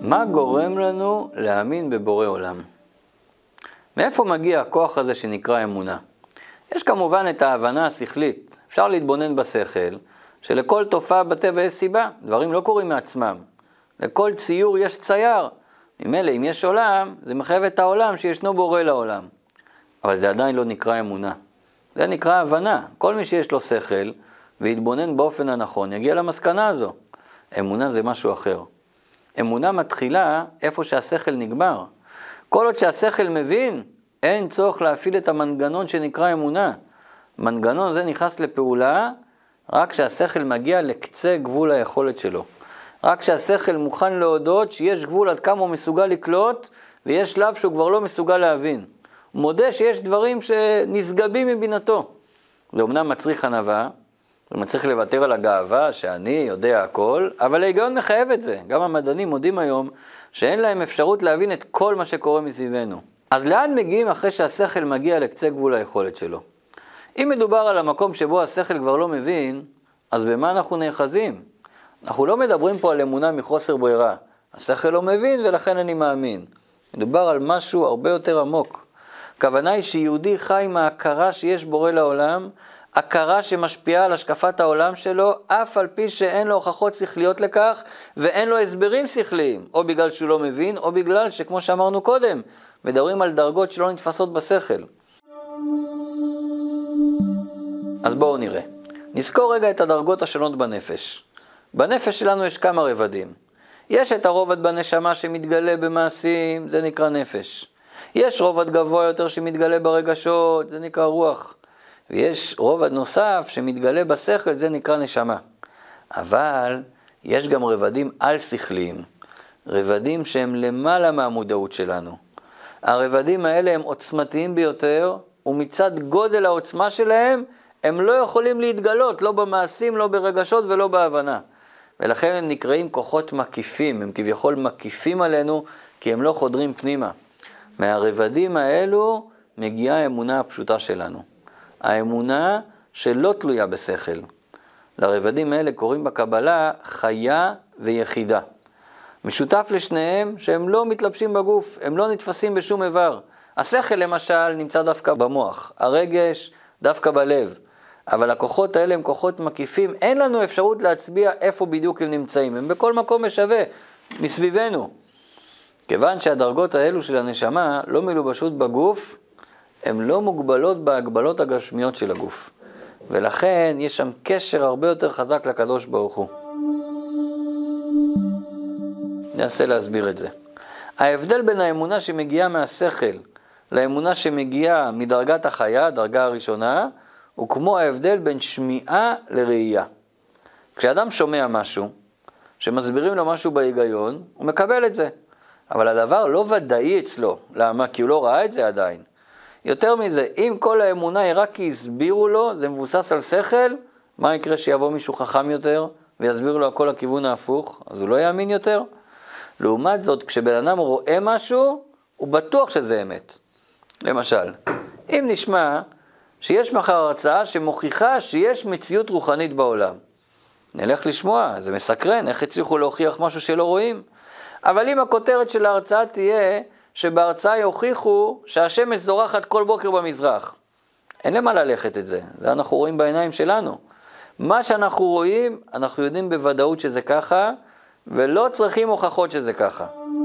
מה גורם לנו להאמין בבורא עולם? מאיפה מגיע הכוח הזה שנקרא אמונה? יש כמובן את ההבנה השכלית. אפשר להתבונן בשכל, שלכל תופעה בטבע יש סיבה. דברים לא קורים מעצמם. לכל ציור יש צייר. ממילא אם יש עולם, זה מחייב את העולם שישנו בורא לעולם. אבל זה עדיין לא נקרא אמונה. זה נקרא הבנה. כל מי שיש לו שכל והתבונן באופן הנכון יגיע למסקנה הזו. אמונה זה משהו אחר. אמונה מתחילה איפה שהשכל נגמר. כל עוד שהשכל מבין, אין צורך להפעיל את המנגנון שנקרא אמונה. מנגנון זה נכנס לפעולה רק שהשכל מגיע לקצה גבול היכולת שלו. רק שהשכל מוכן להודות שיש גבול עד כמה הוא מסוגל לקלוט, ויש שלב שהוא כבר לא מסוגל להבין. הוא מודה שיש דברים שנסגבים מבינתו. זה אומנם מצריך ענווה, זה מצריך לוותר על הגאווה שאני יודע הכל, אבל ההיגיון מחייב את זה. גם המדענים מודים היום שאין להם אפשרות להבין את כל מה שקורה מסביבנו. אז לאן מגיעים אחרי שהשכל מגיע לקצה גבול היכולת שלו? אם מדובר על המקום שבו השכל כבר לא מבין, אז במה אנחנו נאחזים? אנחנו לא מדברים פה על אמונה מחוסר ברירה. השכל לא מבין ולכן אני מאמין. מדובר על משהו הרבה יותר עמוק. הכוונה היא שיהודי חי מההכרה שיש בורא לעולם, הכרה שמשפיעה על השקפת העולם שלו, אף על פי שאין לו הוכחות שכליות לכך, ואין לו הסברים שכליים, או בגלל שהוא לא מבין, או בגלל שכמו שאמרנו קודם, מדברים על דרגות שלא נתפסות בשכל. אז בואו נראה. נזכור רגע את הדרגות השונות בנפש. בנפש שלנו יש כמה רבדים. יש את הרובד בנשמה שמתגלה במעשים, זה נקרא נפש. יש רובד גבוה יותר שמתגלה ברגשות, זה נקרא רוח. ויש רובד נוסף שמתגלה בשכל, זה נקרא נשמה. אבל יש גם רבדים על-שכליים. רבדים שהם למעלה מהמודעות שלנו. הרבדים האלה הם עוצמתיים ביותר, ומצד גודל העוצמה שלהם, הם לא יכולים להתגלות, לא במעשים, לא ברגשות ולא בהבנה. ולכן הם נקראים כוחות מקיפים, הם כביכול מקיפים עלינו, כי הם לא חודרים פנימה. מהרבדים האלו מגיעה האמונה הפשוטה שלנו. האמונה שלא תלויה בשכל. לרבדים האלה קוראים בקבלה חיה ויחידה. משותף לשניהם שהם לא מתלבשים בגוף, הם לא נתפסים בשום איבר. השכל למשל נמצא דווקא במוח, הרגש דווקא בלב. אבל הכוחות האלה הם כוחות מקיפים, אין לנו אפשרות להצביע איפה בדיוק הם נמצאים. הם בכל מקום משווה, מסביבנו. כיוון שהדרגות האלו של הנשמה לא מלובשות בגוף, הן לא מוגבלות בהגבלות הגשמיות של הגוף. ולכן יש שם קשר הרבה יותר חזק לקדוש ברוך הוא. ננסה להסביר את זה. ההבדל בין האמונה שמגיעה מהשכל לאמונה שמגיעה מדרגת החיה, דרגה הראשונה, הוא כמו ההבדל בין שמיעה לראייה. כשאדם שומע משהו, שמסבירים לו משהו בהיגיון, הוא מקבל את זה. אבל הדבר לא ודאי אצלו. למה? כי הוא לא ראה את זה עדיין. יותר מזה, אם כל האמונה היא רק כי הסבירו לו, זה מבוסס על שכל, מה יקרה שיבוא מישהו חכם יותר ויסביר לו הכל לכיוון ההפוך? אז הוא לא יאמין יותר. לעומת זאת, כשבן אדם רואה משהו, הוא בטוח שזה אמת. למשל, אם נשמע שיש מחר הרצאה שמוכיחה שיש מציאות רוחנית בעולם. נלך לשמוע, זה מסקרן, איך הצליחו להוכיח משהו שלא רואים? אבל אם הכותרת של ההרצאה תהיה שבהרצאה יוכיחו שהשמש זורחת כל בוקר במזרח. אין למה ללכת את זה, זה אנחנו רואים בעיניים שלנו. מה שאנחנו רואים, אנחנו יודעים בוודאות שזה ככה, ולא צריכים הוכחות שזה ככה.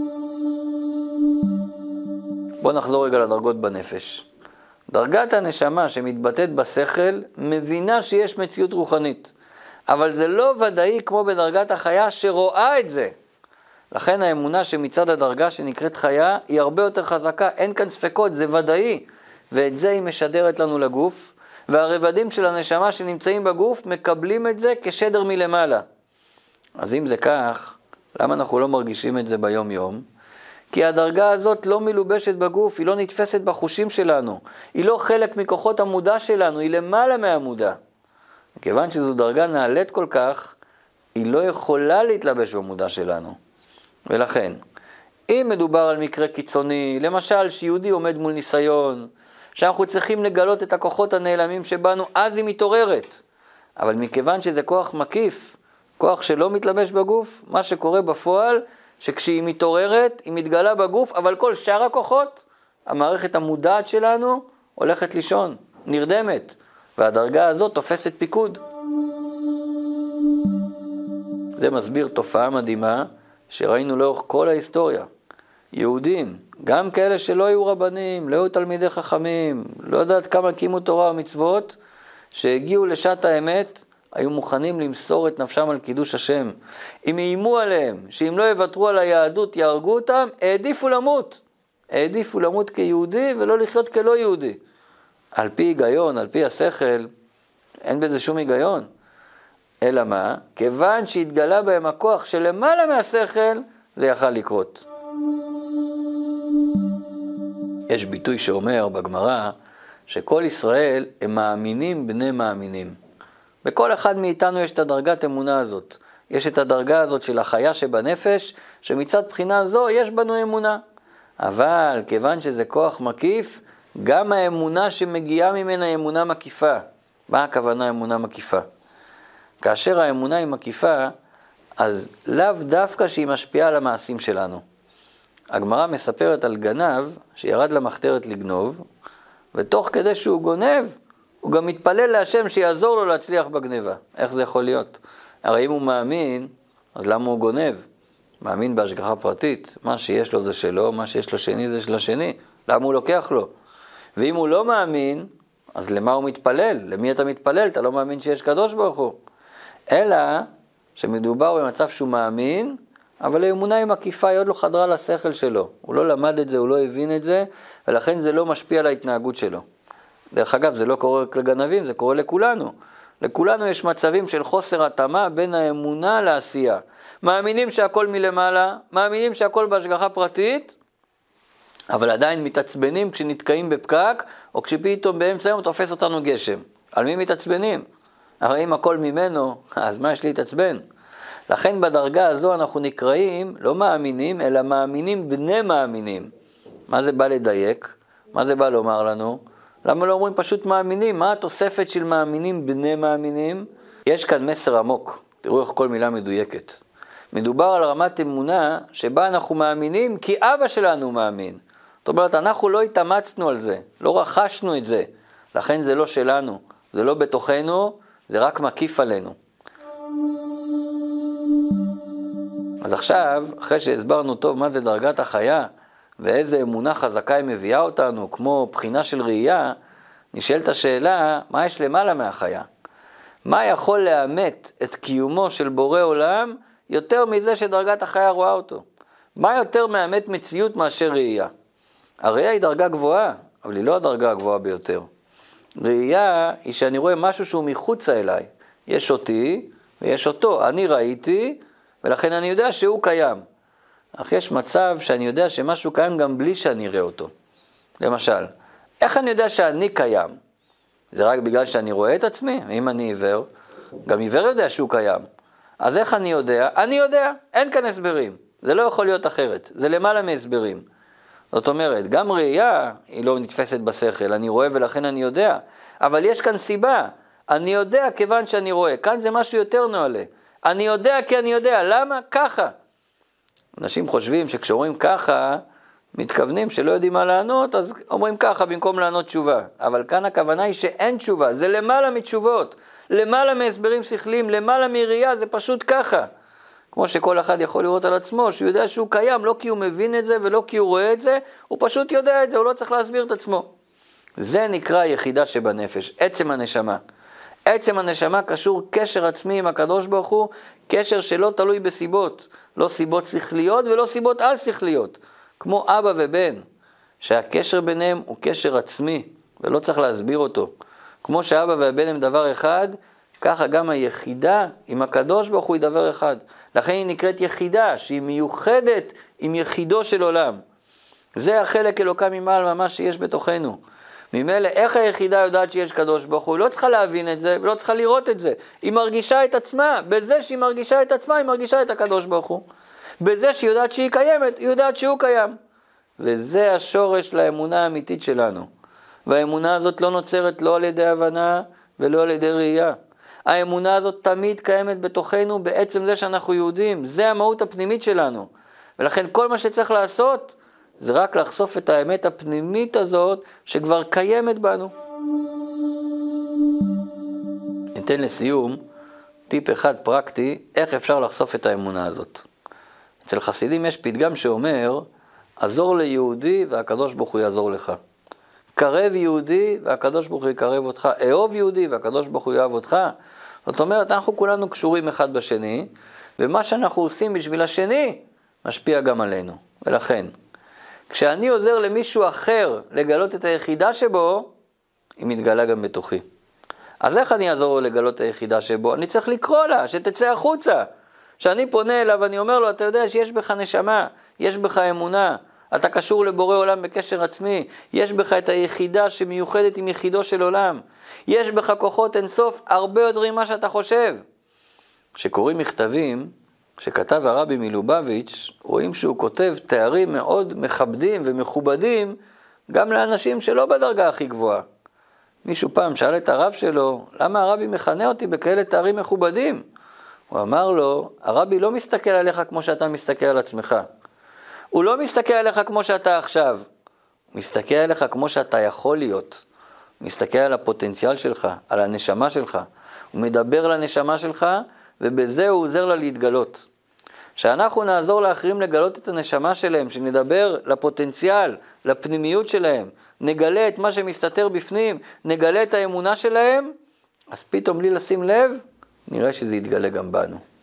בואו נחזור רגע לדרגות בנפש. דרגת הנשמה שמתבטאת בשכל מבינה שיש מציאות רוחנית. אבל זה לא ודאי כמו בדרגת החיה שרואה את זה. לכן האמונה שמצד הדרגה שנקראת חיה היא הרבה יותר חזקה, אין כאן ספקות, זה ודאי. ואת זה היא משדרת לנו לגוף, והרבדים של הנשמה שנמצאים בגוף מקבלים את זה כשדר מלמעלה. אז אם זה כך, למה אנחנו לא מרגישים את זה ביום יום? כי הדרגה הזאת לא מלובשת בגוף, היא לא נתפסת בחושים שלנו, היא לא חלק מכוחות המודע שלנו, היא למעלה מהמודע. כיוון שזו דרגה נעלית כל כך, היא לא יכולה להתלבש במודע שלנו. ולכן, אם מדובר על מקרה קיצוני, למשל שיהודי עומד מול ניסיון, שאנחנו צריכים לגלות את הכוחות הנעלמים שבנו, אז היא מתעוררת. אבל מכיוון שזה כוח מקיף, כוח שלא מתלבש בגוף, מה שקורה בפועל, שכשהיא מתעוררת, היא מתגלה בגוף, אבל כל שאר הכוחות, המערכת המודעת שלנו, הולכת לישון, נרדמת, והדרגה הזאת תופסת פיקוד. זה מסביר תופעה מדהימה, שראינו לאורך כל ההיסטוריה. יהודים, גם כאלה שלא היו רבנים, לא היו תלמידי חכמים, לא יודעת כמה קיימו תורה ומצוות, שהגיעו לשעת האמת, היו מוכנים למסור את נפשם על קידוש השם. אם איימו עליהם, שאם לא יוותרו על היהדות יהרגו אותם, העדיפו למות. העדיפו למות כיהודי ולא לחיות כלא יהודי. על פי היגיון, על פי השכל, אין בזה שום היגיון. אלא מה? כיוון שהתגלה בהם הכוח שלמעלה מהשכל, זה יכל לקרות. יש ביטוי שאומר בגמרא, שכל ישראל הם מאמינים בני מאמינים. בכל אחד מאיתנו יש את הדרגת אמונה הזאת. יש את הדרגה הזאת של החיה שבנפש, שמצד בחינה זו יש בנו אמונה. אבל כיוון שזה כוח מקיף, גם האמונה שמגיעה ממנה אמונה מקיפה. מה הכוונה אמונה מקיפה? כאשר האמונה היא מקיפה, אז לאו דווקא שהיא משפיעה על המעשים שלנו. הגמרא מספרת על גנב שירד למחתרת לגנוב, ותוך כדי שהוא גונב, הוא גם מתפלל להשם שיעזור לו להצליח בגניבה. איך זה יכול להיות? הרי אם הוא מאמין, אז למה הוא גונב? מאמין בהשגחה פרטית, מה שיש לו זה שלו, מה שיש לשני זה של השני, למה הוא לוקח לו? ואם הוא לא מאמין, אז למה הוא מתפלל? למי אתה מתפלל? אתה לא מאמין שיש קדוש ברוך הוא. אלא שמדובר במצב שהוא מאמין, אבל האמונה היא מקיפה, היא עוד לא חדרה לשכל שלו. הוא לא למד את זה, הוא לא הבין את זה, ולכן זה לא משפיע על ההתנהגות שלו. דרך אגב, זה לא קורה רק לגנבים, זה קורה לכולנו. לכולנו יש מצבים של חוסר התאמה בין האמונה לעשייה. מאמינים שהכל מלמעלה, מאמינים שהכל בהשגחה פרטית, אבל עדיין מתעצבנים כשנתקעים בפקק, או כשפתאום באמצע היום תופס אותנו גשם. על מי מתעצבנים? הרי אם הכל ממנו, אז מה יש לי להתעצבן? לכן בדרגה הזו אנחנו נקראים לא מאמינים, אלא מאמינים בני מאמינים. מה זה בא לדייק? מה זה בא לומר לנו? למה לא אומרים פשוט מאמינים? מה התוספת של מאמינים בני מאמינים? יש כאן מסר עמוק, תראו איך כל מילה מדויקת. מדובר על רמת אמונה שבה אנחנו מאמינים כי אבא שלנו מאמין. זאת אומרת, אנחנו לא התאמצנו על זה, לא רכשנו את זה, לכן זה לא שלנו, זה לא בתוכנו, זה רק מקיף עלינו. אז עכשיו, אחרי שהסברנו טוב מה זה דרגת החיה, ואיזה אמונה חזקה היא מביאה אותנו, כמו בחינה של ראייה, נשאלת השאלה, מה יש למעלה מהחיה? מה יכול לאמת את קיומו של בורא עולם, יותר מזה שדרגת החיה רואה אותו? מה יותר מאמת מציאות מאשר ראייה? הראייה היא דרגה גבוהה, אבל היא לא הדרגה הגבוהה ביותר. ראייה היא שאני רואה משהו שהוא מחוץ אליי. יש אותי ויש אותו. אני ראיתי, ולכן אני יודע שהוא קיים. אך יש מצב שאני יודע שמשהו קיים גם בלי שאני אראה אותו. למשל, איך אני יודע שאני קיים? זה רק בגלל שאני רואה את עצמי? אם אני עיוור, גם עיוור יודע שהוא קיים. אז איך אני יודע? אני יודע, אין כאן הסברים. זה לא יכול להיות אחרת, זה למעלה מהסברים. זאת אומרת, גם ראייה היא לא נתפסת בשכל, אני רואה ולכן אני יודע. אבל יש כאן סיבה, אני יודע כיוון שאני רואה. כאן זה משהו יותר נועלה. אני יודע כי אני יודע, למה? ככה. אנשים חושבים שכשאומרים ככה, מתכוונים שלא יודעים מה לענות, אז אומרים ככה במקום לענות תשובה. אבל כאן הכוונה היא שאין תשובה, זה למעלה מתשובות, למעלה מהסברים שכליים, למעלה מראייה, זה פשוט ככה. כמו שכל אחד יכול לראות על עצמו, שהוא יודע שהוא קיים, לא כי הוא מבין את זה ולא כי הוא רואה את זה, הוא פשוט יודע את זה, הוא לא צריך להסביר את עצמו. זה נקרא יחידה שבנפש, עצם הנשמה. עצם הנשמה קשור קשר עצמי עם הקדוש ברוך הוא, קשר שלא תלוי בסיבות, לא סיבות שכליות ולא סיבות על שכליות, כמו אבא ובן, שהקשר ביניהם הוא קשר עצמי, ולא צריך להסביר אותו. כמו שאבא והבן הם דבר אחד, ככה גם היחידה עם הקדוש ברוך הוא היא דבר אחד. לכן היא נקראת יחידה, שהיא מיוחדת עם יחידו של עולם. זה החלק אלוקה ממעל ממש שיש בתוכנו. ממילא איך היחידה יודעת שיש קדוש ברוך הוא? היא לא צריכה להבין את זה ולא צריכה לראות את זה. היא מרגישה את עצמה. בזה שהיא מרגישה את עצמה, היא מרגישה את הקדוש ברוך הוא. בזה שהיא יודעת שהיא קיימת, היא יודעת שהוא קיים. וזה השורש לאמונה האמיתית שלנו. והאמונה הזאת לא נוצרת לא על ידי הבנה ולא על ידי ראייה. האמונה הזאת תמיד קיימת בתוכנו בעצם זה שאנחנו יהודים. זה המהות הפנימית שלנו. ולכן כל מה שצריך לעשות, זה רק לחשוף את האמת הפנימית הזאת, שכבר קיימת בנו. ניתן לסיום טיפ אחד פרקטי, איך אפשר לחשוף את האמונה הזאת. אצל חסידים יש פתגם שאומר, עזור ליהודי והקדוש ברוך הוא יעזור לך. קרב יהודי והקדוש ברוך הוא יקרב אותך. אהוב יהודי והקדוש ברוך הוא יאהב אותך. זאת אומרת, אנחנו כולנו קשורים אחד בשני, ומה שאנחנו עושים בשביל השני, משפיע גם עלינו. ולכן, כשאני עוזר למישהו אחר לגלות את היחידה שבו, היא מתגלה גם בתוכי. אז איך אני אעזור לו לגלות את היחידה שבו? אני צריך לקרוא לה, שתצא החוצה. כשאני פונה אליו, אני אומר לו, אתה יודע שיש בך נשמה, יש בך אמונה, אתה קשור לבורא עולם בקשר עצמי, יש בך את היחידה שמיוחדת עם יחידו של עולם, יש בך כוחות אינסוף הרבה יותר ממה שאתה חושב. כשקוראים מכתבים, שכתב הרבי מלובביץ', רואים שהוא כותב תארים מאוד מכבדים ומכובדים, גם לאנשים שלא בדרגה הכי גבוהה. מישהו פעם שאל את הרב שלו, למה הרבי מכנה אותי בכאלה תארים מכובדים? הוא אמר לו, הרבי לא מסתכל עליך כמו שאתה מסתכל על עצמך. הוא לא מסתכל עליך כמו שאתה עכשיו. הוא מסתכל עליך כמו שאתה יכול להיות. הוא מסתכל על הפוטנציאל שלך, על הנשמה שלך. הוא מדבר לנשמה שלך, ובזה הוא עוזר לה להתגלות. שאנחנו נעזור לאחרים לגלות את הנשמה שלהם, שנדבר לפוטנציאל, לפנימיות שלהם, נגלה את מה שמסתתר בפנים, נגלה את האמונה שלהם, אז פתאום בלי לשים לב, נראה שזה יתגלה גם בנו.